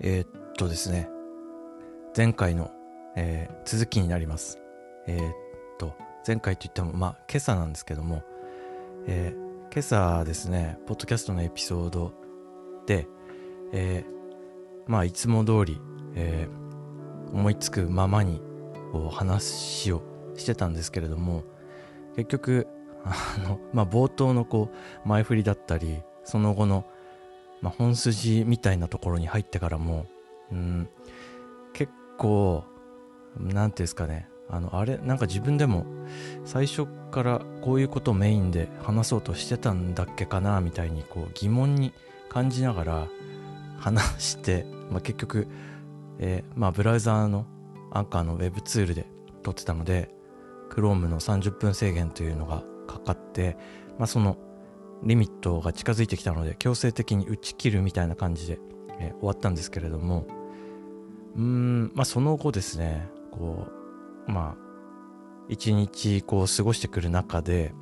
ですね、前回の、続きになります。前回といっても今朝なんですけども、今朝ですね、ポッドキャストのエピソードで、いつも通り、思いつくままにこう話をしてたんですけれども、結局冒頭のこう前振りだったり、その後の、本筋みたいなところに入ってからも、結構なんていうんですかね、なんか自分でも最初からこういうことをメインで話そうとしてたんだっけかなみたいにこう疑問に感じながら話して、結局、ブラウザーのアンカーのウェブツールで撮ってたので Chrome の30分制限というのがかかって、そのリミットが近づいてきたので強制的に打ち切るみたいな感じで、終わったんですけれども、その後ですね、こう一日こう過ごしてくる中で、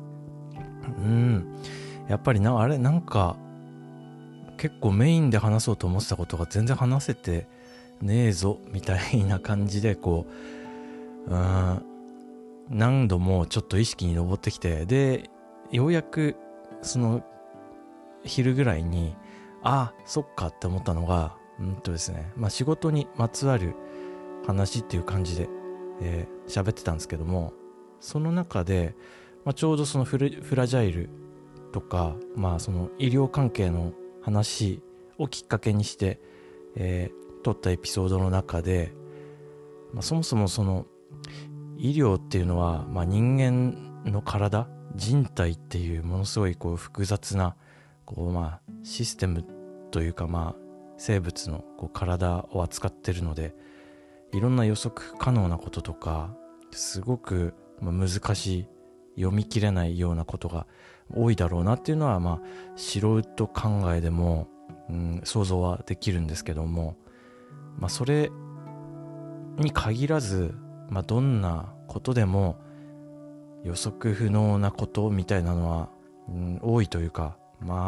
やっぱりなんか結構メインで話そうと思ってたことが全然話せてねえぞみたいな感じで、こう何度もちょっと意識に上ってきて、でようやくその昼ぐらいにそっかって思ったのがですね、仕事にまつわる話っていう感じで喋ってたんですけども、その中で、ちょうどそのフラジャイルとか、その医療関係の話をきっかけにして、撮ったエピソードの中で、そもそもその医療っていうのは、人間の体、人体っていうものすごいこう複雑なこう、システムというか、生物のこう体を扱ってるので、いろんな予測可能なこととかすごく難しい、読み切れないようなことが多いだろうなっていうのは、素人考えでも、想像はできるんですけども、それに限らず、どんなことでも予測不能なことみたいなのは、多いというか、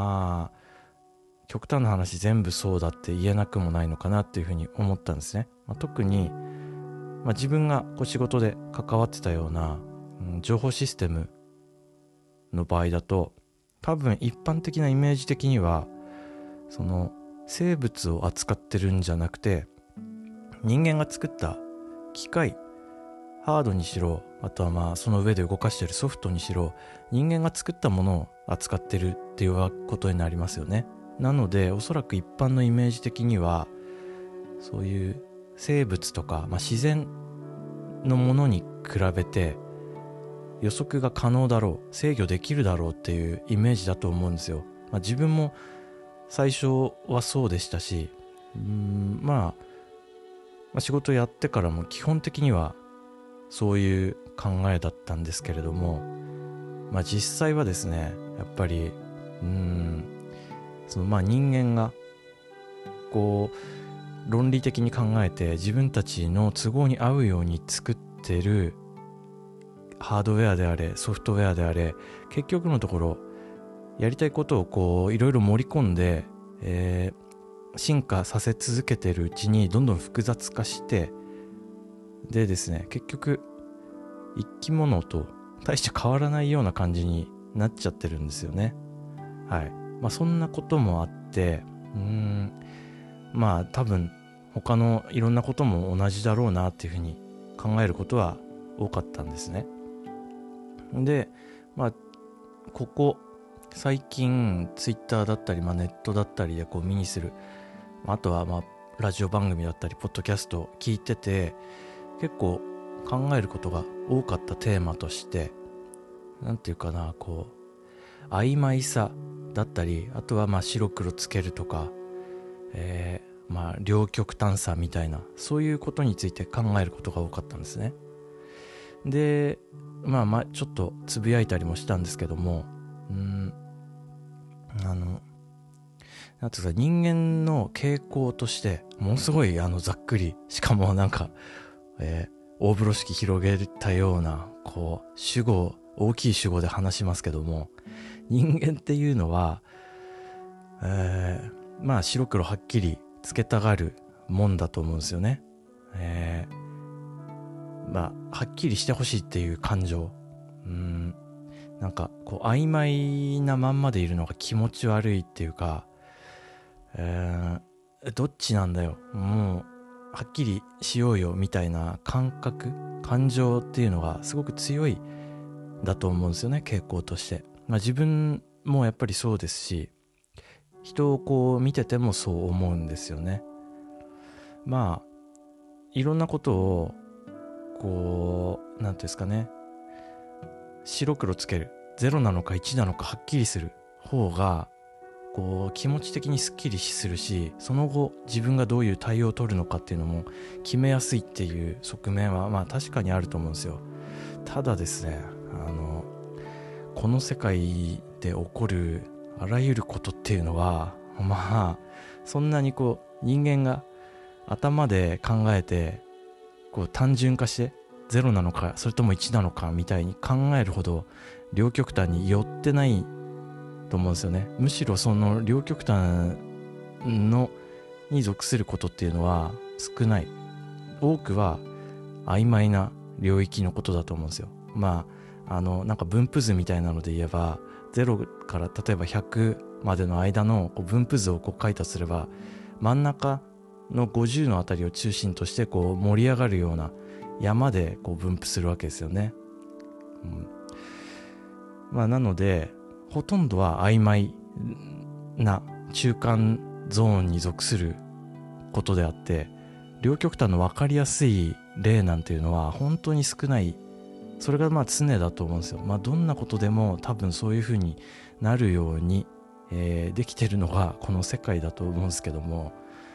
極端な話全部そうだって言えなくもないのかなっていうふうに思ったんですね。特に、自分がこう仕事で関わってたような、情報システムの場合だと、多分一般的なイメージ的にはその生物を扱ってるんじゃなくて、人間が作った機械、ハードにしろ、あとはその上で動かしてるソフトにしろ、人間が作ったものを扱ってるっていうことになりますよね。なのでおそらく一般のイメージ的には、そういう生物とか、自然のものに比べて予測が可能だろう、制御できるだろうっていうイメージだと思うんですよ。自分も最初はそうでしたし、仕事やってからも基本的にはそういう考えだったんですけれども、実際はですね、やっぱりその人間がこう論理的に考えて自分たちの都合に合うように作ってるハードウェアであれソフトウェアであれ、結局のところやりたいことをこういろいろ盛り込んで、進化させ続けてるうちにどんどん複雑化して、でですね、結局生き物と大して変わらないような感じになっちゃってるんですよね。はい。そんなこともあって、多分他のいろんなことも同じだろうなっていうふうに考えることは多かったんですね。で、ここ最近ツイッターだったり、ネットだったりでこう目にする、あとはラジオ番組だったりポッドキャストを聞いてて、結構考えることが多かったテーマとして、なんていうかな、こう曖昧さだったり、あとは白黒つけるとか、両極端さみたいな、そういうことについて考えることが多かったんですね。でちょっとつぶやいたりもしたんですけども、なんていうか、人間の傾向としてものすごいざっくり、しかもなんか、大風呂敷広げたようなこう主語、大きい主語で話しますけども、人間っていうのは、白黒はっきりつけたがるもんだと思うんですよね。はっきりしてほしいっていう感情、なんかこう曖昧なまんまでいるのが気持ち悪いっていうか、どっちなんだよ、もうはっきりしようよみたいな感情っていうのがすごく強いだと思うんですよね、傾向として。自分もやっぱりそうですし、人をこう見ててもそう思うんですよね。いろんなことをこうなんていうんですかね、白黒つける、0なのか1なのかはっきりする方がこう気持ち的にスッキリするし、その後自分がどういう対応を取るのかっていうのも決めやすいっていう側面は確かにあると思うんですよ。ただですね、この世界で起こるあらゆることっていうのはそんなにこう人間が頭で考えてこう単純化して0なのかそれとも1なのかみたいに考えるほど両極端に寄ってないと思うんですよね。むしろその両極端に属することっていうのは少ない、多くは曖昧な領域のことだと思うんですよ。なんか分布図みたいなので言えば、0から例えば100までの間の分布図をこう書いたとすれば、真ん中の50のあたりを中心としてこう盛り上がるような山でこう分布するわけですよね。なのでほとんどは曖昧な中間ゾーンに属することであって、両極端の分かりやすい例なんていうのは本当に少ない。それが常だと思うんですよ。どんなことでも多分そういう風になるように、できてるのがこの世界だと思うんですけども、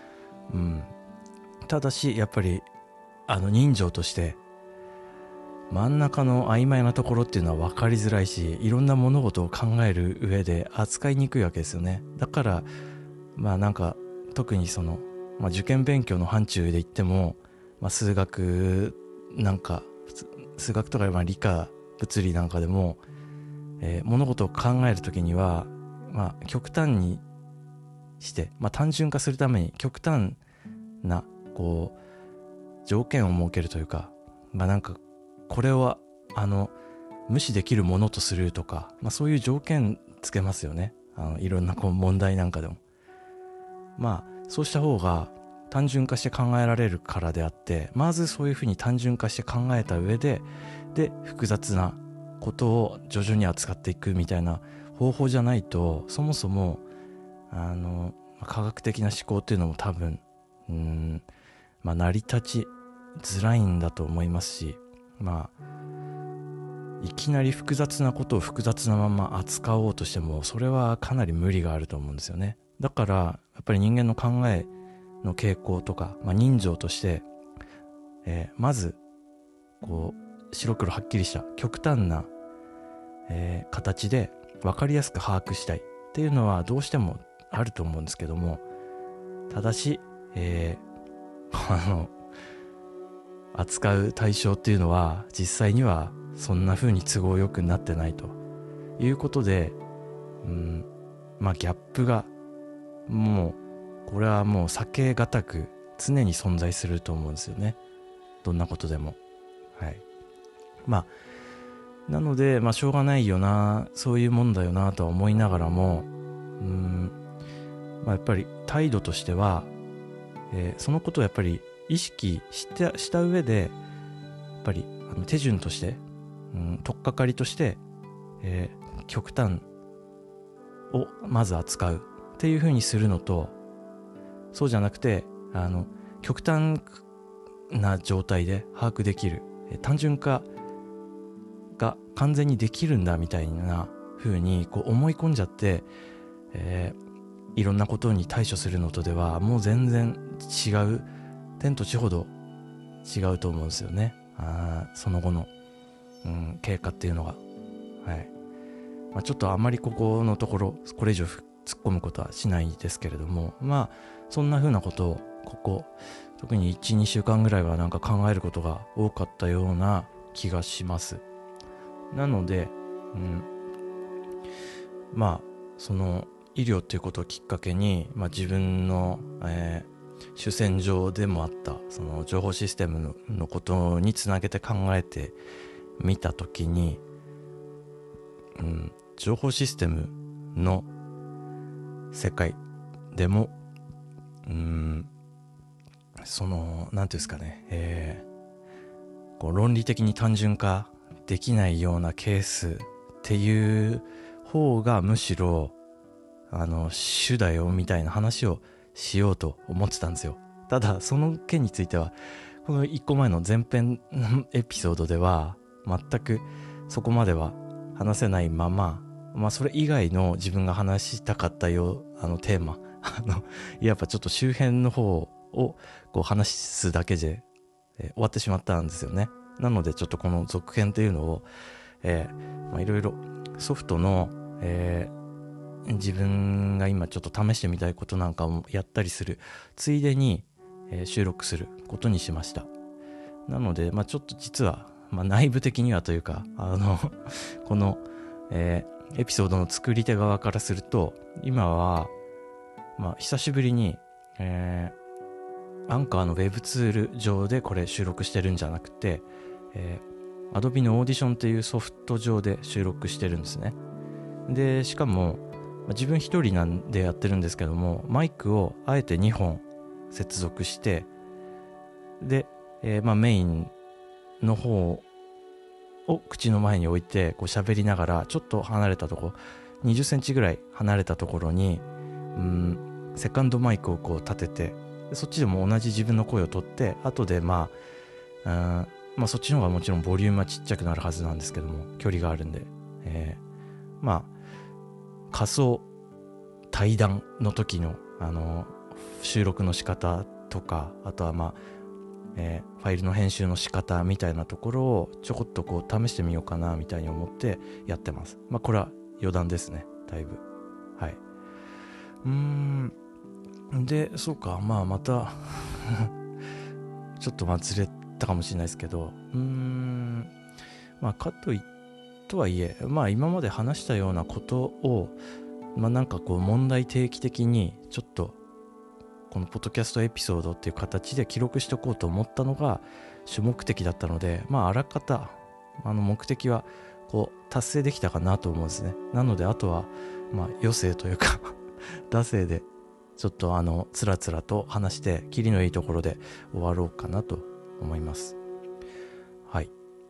ただしやっぱり人情として真ん中の曖昧なところっていうのは分かりづらいし、いろんな物事を考える上で扱いにくいわけですよね。だからなんか特にその、受験勉強の範疇で言っても、数学とか理科物理なんかでも、物事を考えるときには、極端にして、単純化するために極端なこう条件を設けるというか、なんかこれは無視できるものとするとか、そういう条件つけますよね。いろんなこう問題なんかでもそうした方が単純化して考えられるからであって、まずそういうふうに単純化して考えた上で複雑なことを徐々に扱っていくみたいな方法じゃないと、そもそも科学的な思考っていうのも多分成り立ちづらいんだと思いますし、いきなり複雑なことを複雑なまま扱おうとしてもそれはかなり無理があると思うんですよね。だからやっぱり人間の考えの傾向とか、人情として、まずこう白黒はっきりした極端な、形で分かりやすく把握したいっていうのはどうしてもあると思うんですけども、ただし、扱う対象っていうのは実際にはそんな風に都合よくなってないということで、ギャップがもうこれはもう避けがたく常に存在すると思うんですよね、どんなことでも。なのでしょうがないよな、そういうもんだよなとは思いながらも、やっぱり態度としては、そのことをやっぱり意識した上で、やっぱり手順として、取っかかりとして、極端をまず扱うっていう風にするのと、そうじゃなくて極端な状態で把握できる、単純化が完全にできるんだみたいな風にこう思い込んじゃって、いろんなことに対処するのとではもう全然違う、天と地ほど違うと思うんですよね。その後の、経過っていうのが、ちょっとあんまりここのところこれ以上突っ込むことはしないですけれども、そんな風なことをここ特に 1,2 週間ぐらいはなんか考えることが多かったような気がします。なので、その医療っていうことをきっかけに、自分の、 主戦場でもあったその情報システムのことにつなげて考えてみたときに、情報システムの世界でもそのなんていうんですかね、こう論理的に単純化できないようなケースっていう方がむしろ主だよみたいな話をしようと思ってたんですよ。ただその件についてはこの1個前の前編のエピソードでは全くそこまでは話せないまま、それ以外の自分が話したかったテーマやっぱちょっと周辺の方をこう話すだけで、終わってしまったんですよね。なのでちょっとこの続編というのをいろいろソフトの、自分が今ちょっと試してみたいことなんかもやったりするついでに、収録することにしました。なのでちょっと実は、内部的にはというかこの、エピソードの作り手側からすると今は、久しぶりに、アンカーのウェブツール上でこれ収録してるんじゃなくて、Adobe のオーディションというソフト上で収録してるんですね。でしかも自分一人なんでやってるんですけども、マイクをあえて2本接続して、で、メインの方を口の前に置いてこう喋りながら、ちょっと離れたところ20センチぐらい離れたところにセカンドマイクをこう立てて、そっちでも同じ自分の声を取って、後でそっちの方がもちろんボリュームはちっちゃくなるはずなんですけども、距離があるんで、仮想対談の時の収録の仕方とか、あとはファイルの編集の仕方みたいなところをちょこっとこう試してみようかなみたいに思ってやってます。これは余談ですね、だいぶ。はい。でそうか、またちょっとずれたかもしれないですけど、とはいえ今まで話したようなことをなんかこう問題定期的にちょっとこのポッドキャストエピソードっていう形で記録しておこうと思ったのが主目的だったので、あらかた目的はこう達成できたかなと思うんですね。なのであとは余生というか惰性でちょっとつらつらと話してキリのいいところで終わろうかなと思います。はい。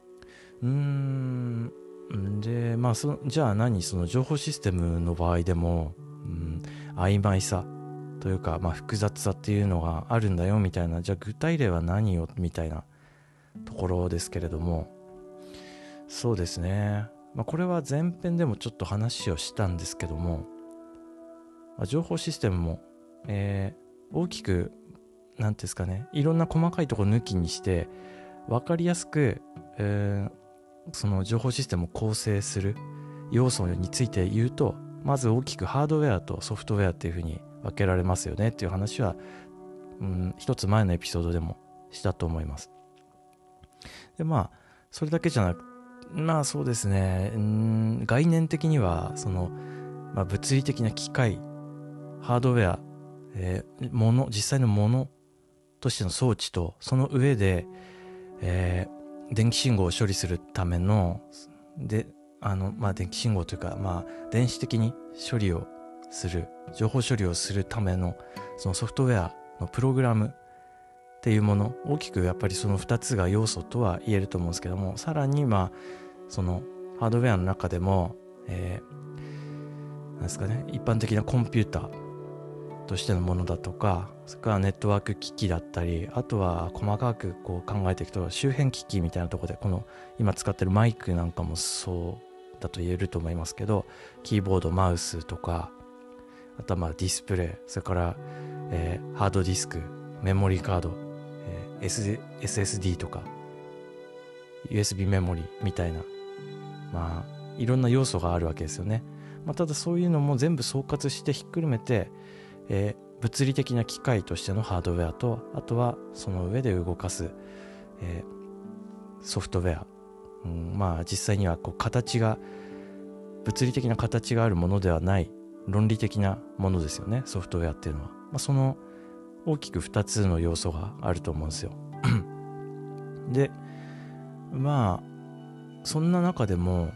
でじゃあその情報システムの場合でも曖昧さというか、複雑さっていうのがあるんだよみたいな、じゃあ具体例は何よみたいなところですけれども、そうですね、これは前編でもちょっと話をしたんですけども、情報システムも、大きくなんていうんですかね、いろんな細かいところ抜きにして分かりやすく、その情報システムを構成する要素について言うと、まず大きくハードウェアとソフトウェアっていうふうに分けられますよねっていう話は、一つ前のエピソードでもしたと思います。でそれだけじゃなく、そうですね、概念的にはその、物理的な機械、ハードウェア、実際のものとしての装置と、その上で、電気信号を処理するための電気信号というか、電子的に処理をする、情報処理をするためのそのソフトウェアのプログラムっていうもの、大きくやっぱりその2つが要素とは言えると思うんですけども、さらにそのハードウェアの中でも、なんですかね、一般的なコンピューターとしてのものだとか、それからネットワーク機器だったり、あとは細かくこう考えていくと周辺機器みたいなところで、この今使ってるマイクなんかもそうだと言えると思いますけど、キーボード、マウスとか、あとはディスプレイ、それから、ハードディスク、メモリーカード、SSD とか USB メモリみたいな、いろんな要素があるわけですよね。ただそういうのも全部総括してひっくるめて、物理的な機械としてのハードウェアと、あとはその上で動かす、ソフトウェア、実際にはこう形が物理的な形があるものではない論理的なものですよね、ソフトウェアっていうのは。その大きく2つの要素があると思うんですよでまあそんな中でも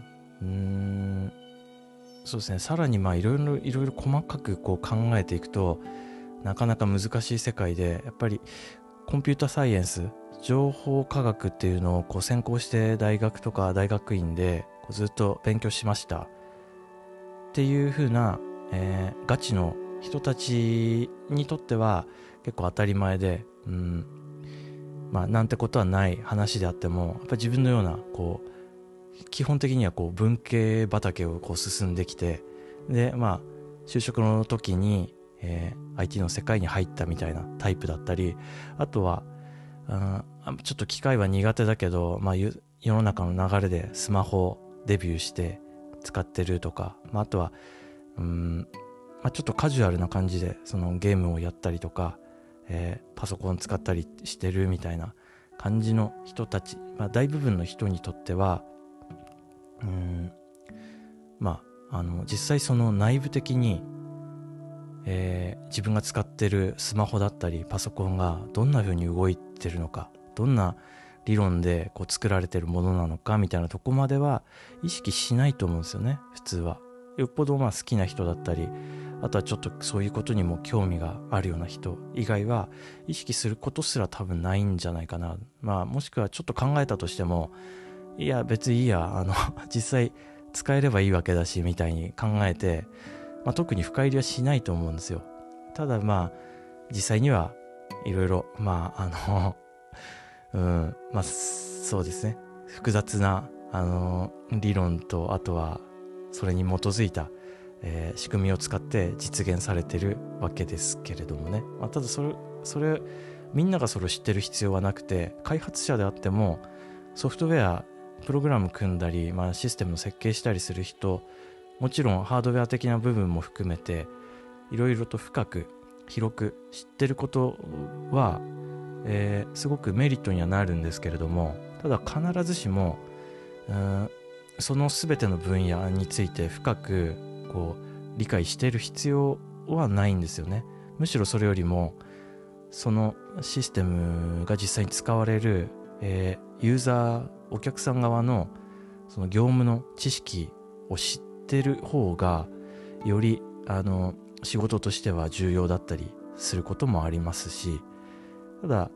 そうですね、さらにいろいろ細かくこう考えていくとなかなか難しい世界で、やっぱりコンピュータサイエンス、情報科学っていうのをこう専攻して大学とか大学院でこうずっと勉強しましたっていう風な、ガチの人たちにとっては結構当たり前で、なんてことはない話であっても、やっぱり自分のようなこう基本的にはこう文系畑をこう進んできて、で就職の時に、IT の世界に入ったみたいなタイプだったり、あとはちょっと機械は苦手だけど、世の中の流れでスマホデビューして使ってるとか、あとはちょっとカジュアルな感じでそのゲームをやったりとか、パソコン使ったりしてるみたいな感じの人たち、大部分の人にとっては実際その内部的に、自分が使ってるスマホだったりパソコンがどんな風に動いてるのか、どんな理論でこう作られてるものなのかみたいなとこまでは意識しないと思うんですよね、普通は。よっぽど好きな人だったり、あとはちょっとそういうことにも興味があるような人以外は意識することすら多分ないんじゃないかな。もしくはちょっと考えたとしても、いや別にいいや、実際使えればいいわけだしみたいに考えて、特に深入りはしないと思うんですよ。ただ実際にはいろいろそうですね、複雑な理論と、あとはそれに基づいた、仕組みを使って実現されてるわけですけれどもね。ただそれみんながそれを知ってる必要はなくて、開発者であってもソフトウェアプログラム組んだり、システムの設計したりする人、もちろんハードウェア的な部分も含めていろいろと深く広く知ってることは、すごくメリットにはなるんですけれども、ただ必ずしもその全ての分野について深くこう理解している必要はないんですよね。むしろそれよりもそのシステムが実際に使われる、ユーザー、お客さん側のその業務の知識を知ってる方がより仕事としては重要だったりすることもありますし、ただ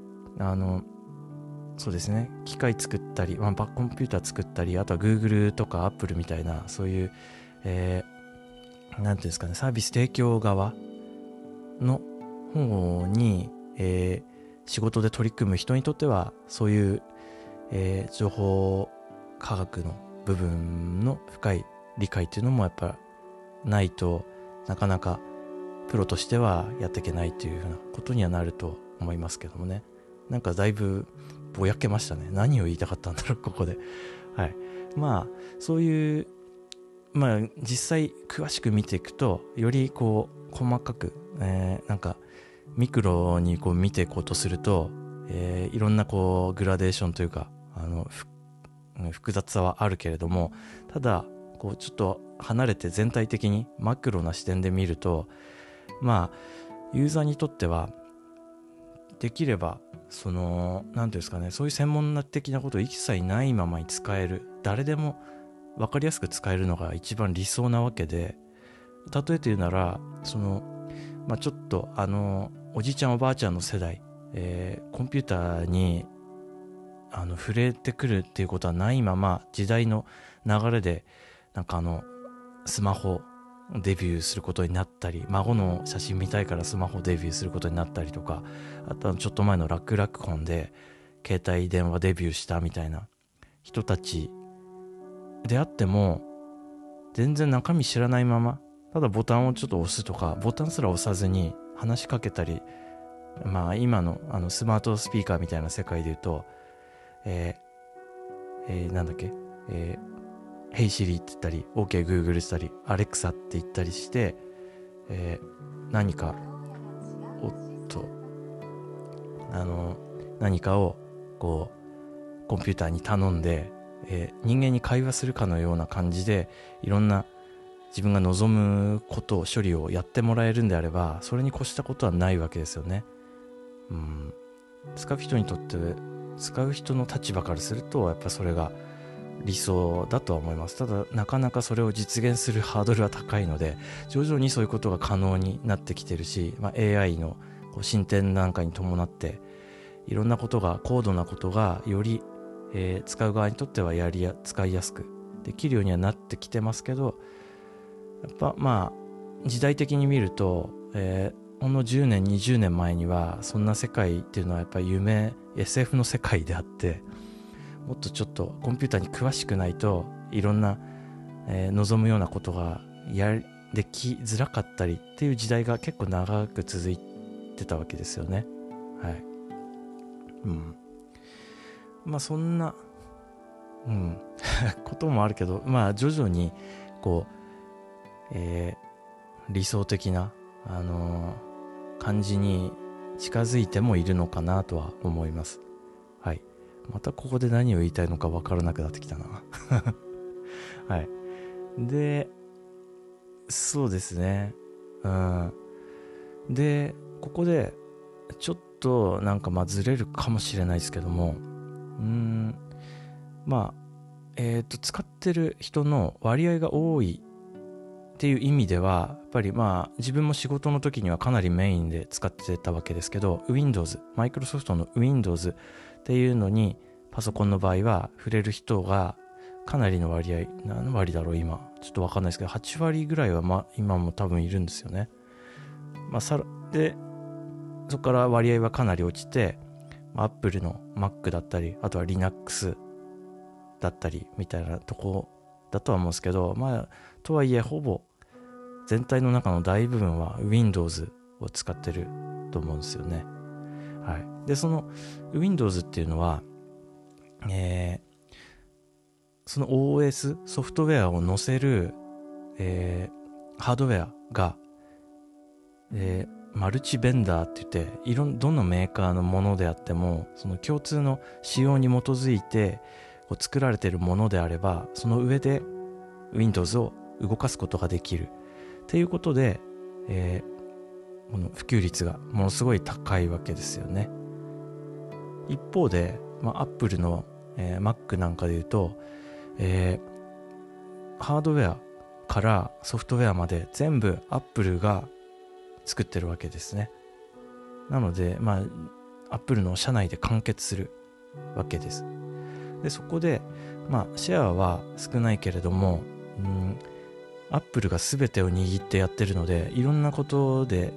そうですね、機械作ったり、コンピューター作ったり、あとは Google とか Apple みたいなそういう、なんていうんですかね、サービス提供側の方に、仕事で取り組む人にとってはそういう、情報科学の部分の深い理解っていうのもやっぱないとなかなかプロとしてはやっていけないというふうなことにはなると思いますけどもね。なんかだいぶぼやけましたね。何を言いたかったんだろうここで。はい。そういう実際詳しく見ていくとよりこう細かく、なんかミクロにこう見ていこうとすると、いろんなこうグラデーションというか複雑さはあるけれども、ただこうちょっと離れて全体的にマクロな視点で見ると、ユーザーにとってはできればそのなんていうんですかね、そういう専門的なことを一切ないままに使える、誰でも分かりやすく使えるのが一番理想なわけで、例えて言うならその、ちょっとおじいちゃんおばあちゃんの世代、コンピューターに触れてくるっていうことはないまま時代の流れでなんかスマホデビューすることになったり、孫の写真見たいからスマホデビューすることになったりとか、あとはちょっと前の楽々本で携帯電話デビューしたみたいな人たちであっても、全然中身知らないままただボタンをちょっと押すとか、ボタンすら押さずに話しかけたり、今のスマートスピーカーみたいな世界で言うとなんだっけ、Hey Siri って言ったり OK Google って言ったり Alexa って言ったりして、何か何かをこうコンピューターに頼んで、人間に会話するかのような感じでいろんな、 自分が望むことを処理をやってもらえるんであれば、それに越したことはないわけですよね。使う人にとって、使う人の立場からするとやっぱそれが理想だとは思います。ただなかなかそれを実現するハードルは高いので、徐々にそういうことが可能になってきてるし、AI の進展なんかに伴っていろんなことが、高度なことがより、使う側にとっては使いやすくできるようにはなってきてますけど、やっぱ時代的に見ると、ほんの10年20年前にはそんな世界っていうのはやっぱりSF の世界であって、もっとちょっとコンピューターに詳しくないといろんな、望むようなことができづらかったりっていう時代が結構長く続いてたわけですよね。はい。そんなこともあるけど、徐々にこう、理想的な感じに近づいてもいるのかなとは思います。はい。またここで何を言いたいのか分からなくなってきたなはい。で、そうですね。で、ここでちょっとなんかずれるかもしれないですけども、使ってる人の割合が多いっていう意味では、やっぱり自分も仕事の時にはかなりメインで使ってたわけですけど、マイクロソフトの Windows っていうのにパソコンの場合は触れる人がかなりの割合、何割だろう今ちょっと分かんないですけど、8割ぐらいは今も多分いるんですよね。でそこから割合はかなり落ちて、Apple の Mac だったり、あとは Linux だったりみたいなとこだとは思うんですけど、とはいえほぼ全体の中の大部分は Windows を使ってると思うんですよね。はい。でその Windows っていうのは、その OS ソフトウェアを載せる、ハードウェアが、マルチベンダーって言って、どのメーカーのものであってもその共通の仕様に基づいて作られているものであれば、その上で Windows を動かすことができるっていうことで、この普及率がものすごい高いわけですよね。一方で、Apple の、Mac なんかで言うと、ハードウェアからソフトウェアまで全部 Apple が作ってるわけですね。なので、Apple の社内で完結するわけです。でそこで、シェアは少ないけれども、Apple が全てを握ってやってるので、いろんなことで、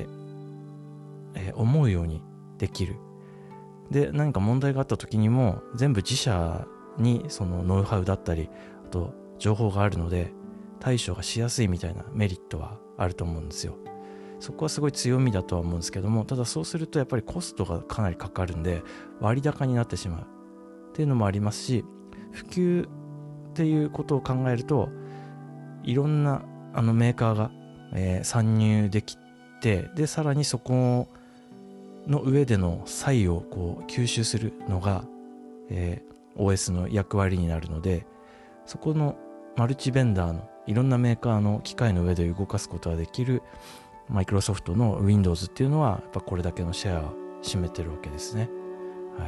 思うようにできる。で何か問題があった時にも全部自社にそのノウハウだったり、あと情報があるので対処がしやすいみたいなメリットはあると思うんですよ。そこはすごい強みだとは思うんですけども、ただそうするとやっぱりコストがかなりかかるんで割高になってしまうっていうのもありますし、普及っていうことを考えるといろんなメーカーが、参入できて、でさらにそこの上での差異を吸収するのが、OS の役割になるので、そこのマルチベンダーのいろんなメーカーの機械の上で動かすことができるマイクロソフトの Windows っていうのはやっぱこれだけのシェアを占めてるわけですね。はい。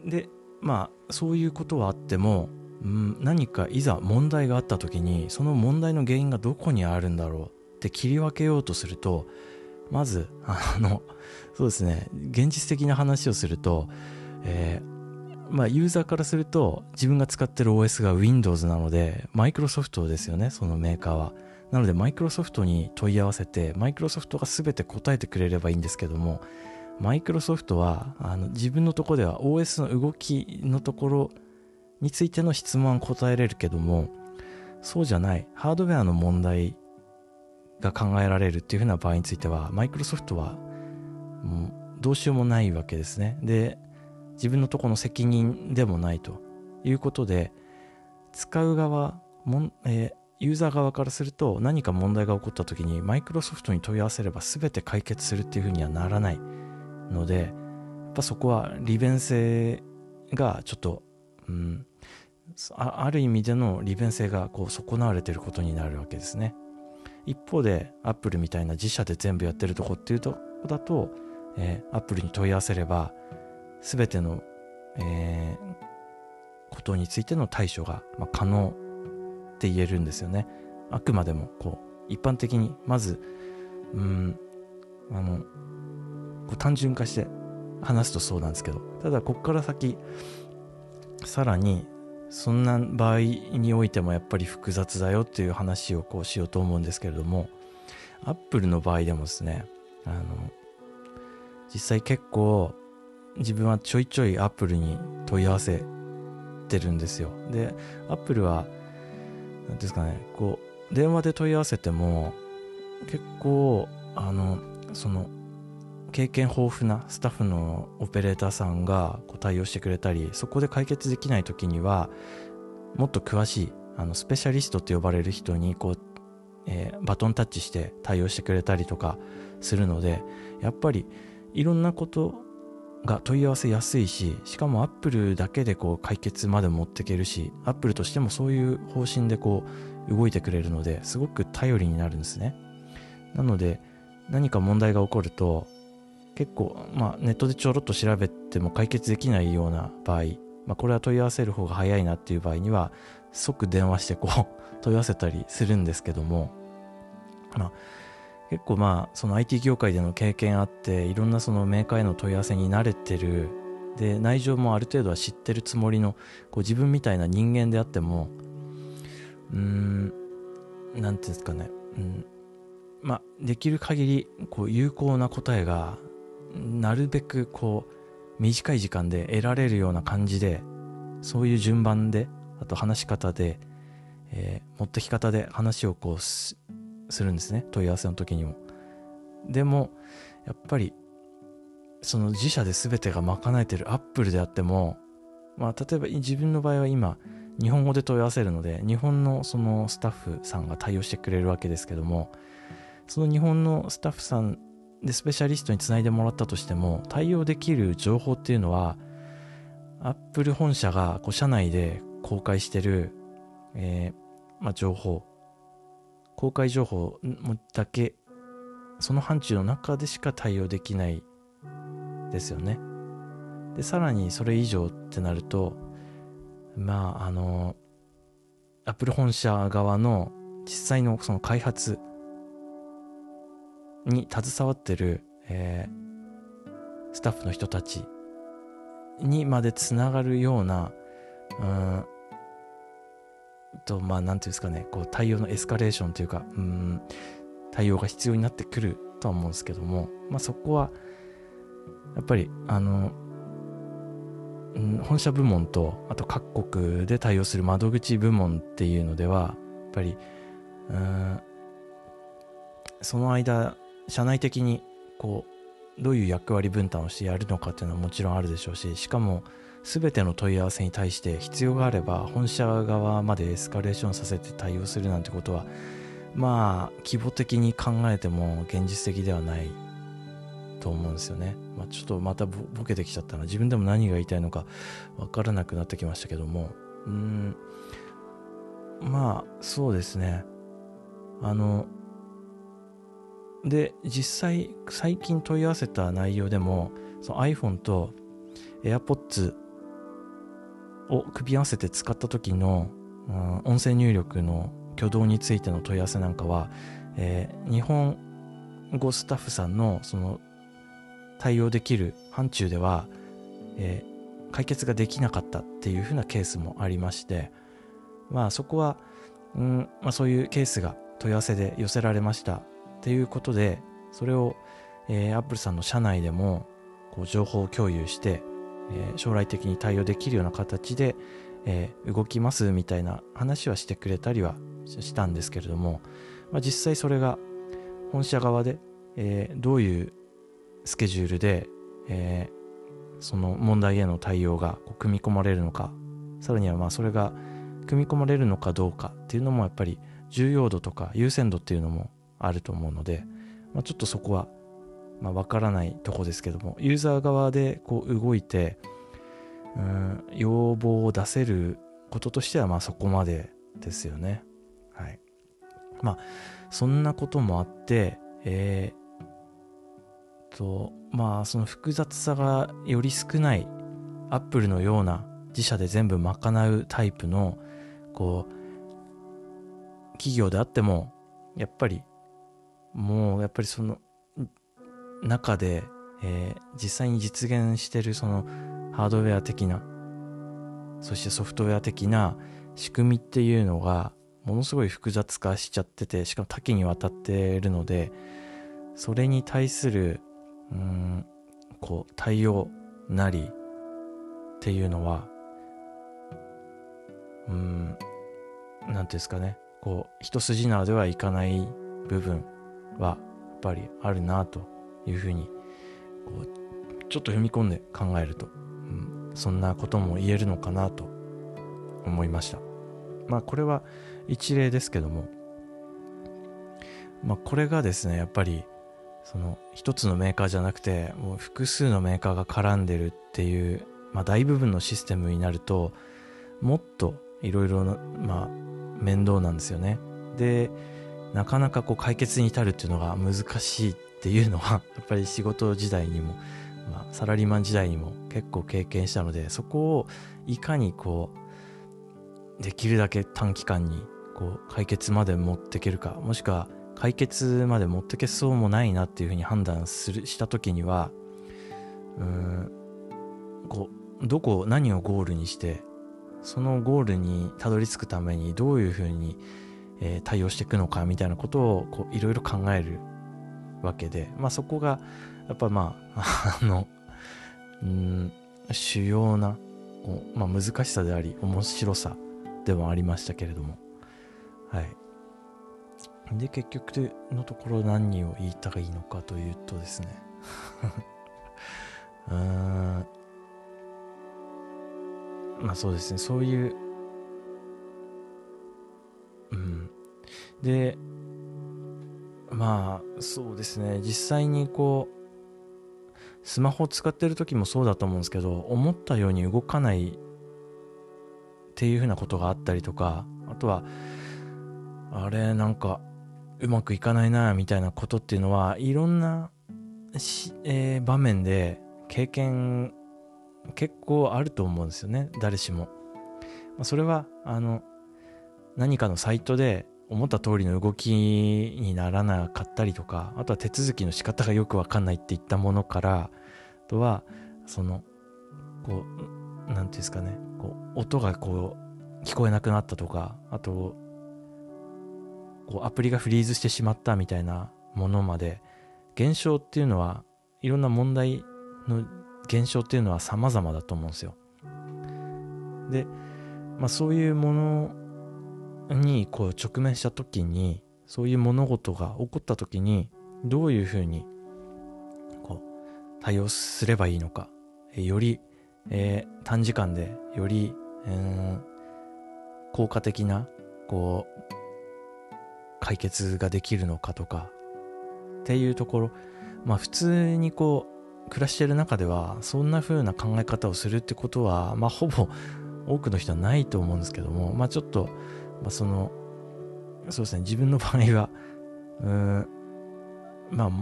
でそういうことはあっても、何かいざ問題があった時にその問題の原因がどこにあるんだろうって切り分けようとすると、まずそうですね、現実的な話をすると、ユーザーからすると自分が使ってる OS が Windows なのでマイクロソフトですよね、そのメーカーは。なのでマイクロソフトに問い合わせてマイクロソフトが全て答えてくれればいいんですけども、マイクロソフトは自分のところでは OS の動きのところについての質問は答えれるけども、そうじゃないハードウェアの問題が考えられるっていう風な場合についてはマイクロソフトはもうどうしようもないわけですね。で自分のところの責任でもないということで、使う側ユーザー側からすると何か問題が起こった時にマイクロソフトに問い合わせれば全て解決するっていう風にはならないので、やっぱそこは利便性がちょっと、 ある意味での利便性がこう損なわれていることになるわけですね。一方でアップルみたいな自社で全部やってるとこっていうとこだと、アップルに問い合わせれば全ての、ことについての対処が、可能って言えるんですよね。あくまでもこう一般的にまずこう単純化して話すとそうなんですけど、ただここから先さらにそんな場合においてもやっぱり複雑だよっていう話をこうしようと思うんですけれども、アップルの場合でもですね、実際結構自分はちょいちょいアップルに問い合わせてるんですよ。で、アップルは何ですかね、こう電話で問い合わせても結構その経験豊富なスタッフのオペレーターさんがこう対応してくれたり、そこで解決できない時にはもっと詳しいスペシャリストって呼ばれる人にこう、バトンタッチして対応してくれたりとかするので、やっぱりいろんなことが問い合わせやすいし、しかもアップルだけでこう解決まで持っていけるし、アップルとしてもそういう方針でこう動いてくれるので、すごく頼りになるんですね。なので何か問題が起こると結構、ネットでちょろっと調べても解決できないような場合、これは問い合わせる方が早いなっていう場合には即電話してこう問い合わせたりするんですけども、結構その IT 業界での経験あっていろんなそのメーカーへの問い合わせに慣れてる、で内情もある程度は知ってるつもりのこう自分みたいな人間であってもなんていうんですかね、できる限りこう有効な答えがなるべくこう短い時間で得られるような感じで、そういう順番で、あと話し方で、持ってき方で話をこうするんですね、問い合わせの時にも。でもやっぱりその自社で全てが賄えてるアップルであっても、例えば自分の場合は今日本語で問い合わせるので、日本のそのスタッフさんが対応してくれるわけですけども、その日本のスタッフさんでスペシャリストにつないでもらったとしても、対応できる情報っていうのはアップル本社がこう社内で公開してる、情報、公開情報だけ、その範疇の中でしか対応できないですよね。でさらにそれ以上ってなると、アップル本社側の実際のその開発に携わってる、スタッフの人たちにまでつながるようななんていうんですかね、こう対応のエスカレーションというか対応が必要になってくるとは思うんですけども、そこはやっぱり本社部門とあと各国で対応する窓口部門っていうのではやっぱりその間社内的にこうどういう役割分担をしてやるのかっていうのはもちろんあるでしょうし、しかも全ての問い合わせに対して必要があれば本社側までエスカレーションさせて対応するなんてことは規模的に考えても現実的ではないと思うんですよね。ちょっとまたボケてきちゃったな。自分でも何が言いたいのか分からなくなってきましたけども、そうですね。で実際最近問い合わせた内容でも、その iPhone と AirPods を組み合わせて使った時の、音声入力の挙動についての問い合わせなんかは、日本語スタッフさんのその対応できる範疇では、解決ができなかったっていう風なケースもありまして、そこは、そういうケースが問い合わせで寄せられましたっていうことで、それを、Apple さんの社内でもこう情報を共有して、将来的に対応できるような形で、動きますみたいな話はしてくれたりはしたんですけれども、実際それが本社側で、どういうスケジュールで、その問題への対応が組み込まれるのか、さらにはそれが組み込まれるのかどうかっていうのもやっぱり重要度とか優先度っていうのもあると思うので、ちょっとそこはわからないとこですけども、ユーザー側でこう動いて要望を出せることとしてはまあそこまでですよね。はい。まあそんなこともあって、まあその複雑さがより少ないアップルのような自社で全部賄うタイプのこう企業であっても、やっぱりその中で、実際に実現してるそのハードウェア的な、そしてソフトウェア的な仕組みっていうのがものすごい複雑化しちゃってて、しかも多岐にわたっているので、それに対するこう対応なりっていうのはなんていうんですかね、こう一筋縄ではいかない部分はやっぱりあるなというふうにこうちょっと踏み込んで考えると、そんなことも言えるのかなと思いました。まあこれは一例ですけども、まあこれがですね、やっぱりその一つのメーカーじゃなくてもう複数のメーカーが絡んでるっていう、まあ、大部分のシステムになるともっといろいろな、まあ、面倒なんですよね。でなかなかこう解決に至るっていうのが難しいっていうのはやっぱり仕事時代にも、まあ、サラリーマン時代にも結構経験したので、そこをいかにこうできるだけ短期間にこう解決まで持っていけるか、もしくは解決まで持ってけそうもないなっていうふうに判断した時にはこう何をゴールにしてそのゴールにたどり着くためにどういうふうに、対応していくのかみたいなことをこういろいろ考えるわけで、まあそこがやっぱまあ主要なこう、まあ、難しさであり面白さでもありましたけれども、はい。で結局のところ何を言いたらいいのかというとですねまあそうですね、そういうでまあそうですね、実際にこうスマホを使ってる時もそうだと思うんですけど、思ったように動かないっていう風なことがあったりとか、あとはあれなんかうまくいかないなみたいなことっていうのはいろんな場面で経験結構あると思うんですよね、誰しも。それは何かのサイトで思った通りの動きにならなかったりとか、あとは手続きの仕方がよくわかんないっていったものから、あとはそのこうなんていうんですかね、こう音がこう聞こえなくなったとか、あとこうアプリがフリーズしてしまったみたいなものまで、現象っていうのはいろんな問題の現象っていうのは様々だと思うんですよ。で、まあそういうものにこう直面した時に、そういう物事が起こった時にどういうふうにこう対応すればいいのか、より、短時間でより、効果的なこう解決ができるのかとかっていうところ、まあ普通にこう暮らしてる中ではそんな風な考え方をするってことはまあほぼ多くの人はないと思うんですけども、まあちょっと、まあ、そうですね、自分の場合はまあ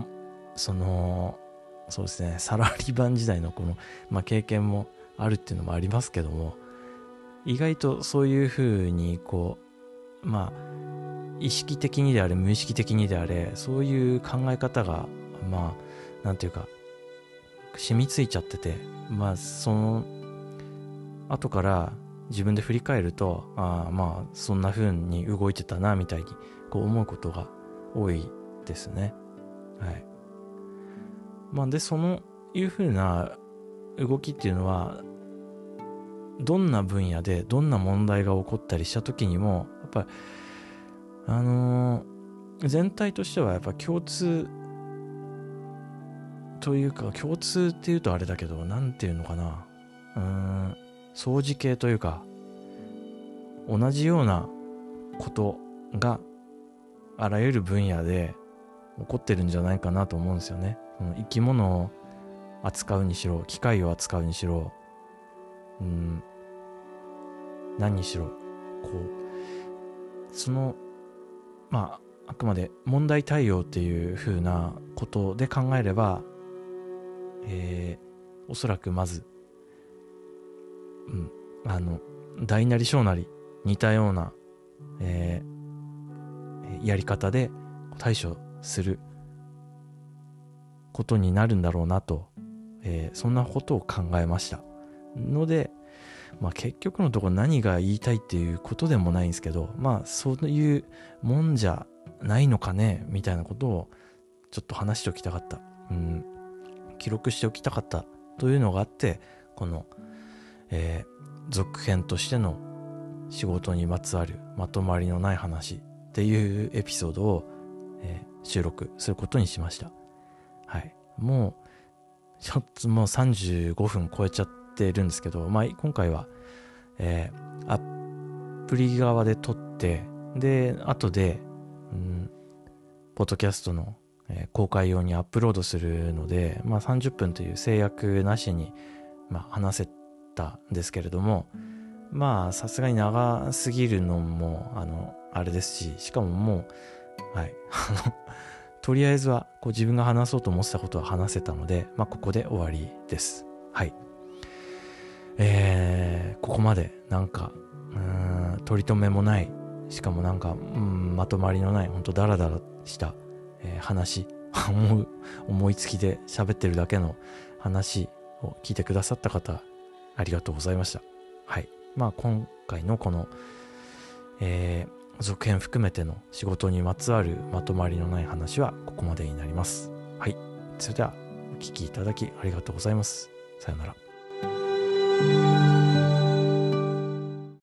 そうですね、サラリーマン時代のこの、まあ、経験もあるっていうのもありますけども、意外とそういう風にこうまあ意識的にであれ無意識的にであれ、そういう考え方がまあなんていうか染みついちゃってて、まあその後から自分で振り返ると、まあそんな風に動いてたなみたいにこう思うことが多いですね。はい。まあでそのいう風な動きっていうのはどんな分野でどんな問題が起こったりした時にもやっぱり全体としてはやっぱ共通というか、共通っていうとあれだけど、なんていうのかな、相似系というか、同じようなことがあらゆる分野で起こってるんじゃないかなと思うんですよね。生き物を扱うにしろ、機械を扱うにしろ、 何にしろこうそのあくまで問題対応っていう風なことで考えれば、おそらくまず、大なり小なり似たような、やり方で対処することになるんだろうなと、そんなことを考えましたので、結局のところ何が言いたいっていうことでもないんですけど、そういうもんじゃないのかねみたいなことをちょっと話しておきたかった、記録しておきたかったというのがあって、この、続編としての仕事にまつわるまとまりのない話っていうエピソードを、収録することにしました。はい、もうちょっともう35分超えちゃってるんですけど、今回は、アプリ側で撮って、で後で、ポッドキャストの、公開用にアップロードするので、30分という制約なしに、話せたんですけれども、さすがに長すぎるのもあれですし、しかももうとりあえずはこう自分が話そうと思ってたことは話せたので、ここで終わりです。はい。ここまで取り留めもない、しかもまとまりのない、ほんとダラダラした、話思いつきで喋ってるだけの話を聞いてくださった方、ありがとうございました。はい。今回のこの、続編含めての仕事にまつわるまとまりのない話はここまでになります。はい。それではお聞きいただきありがとうございます。さようなら。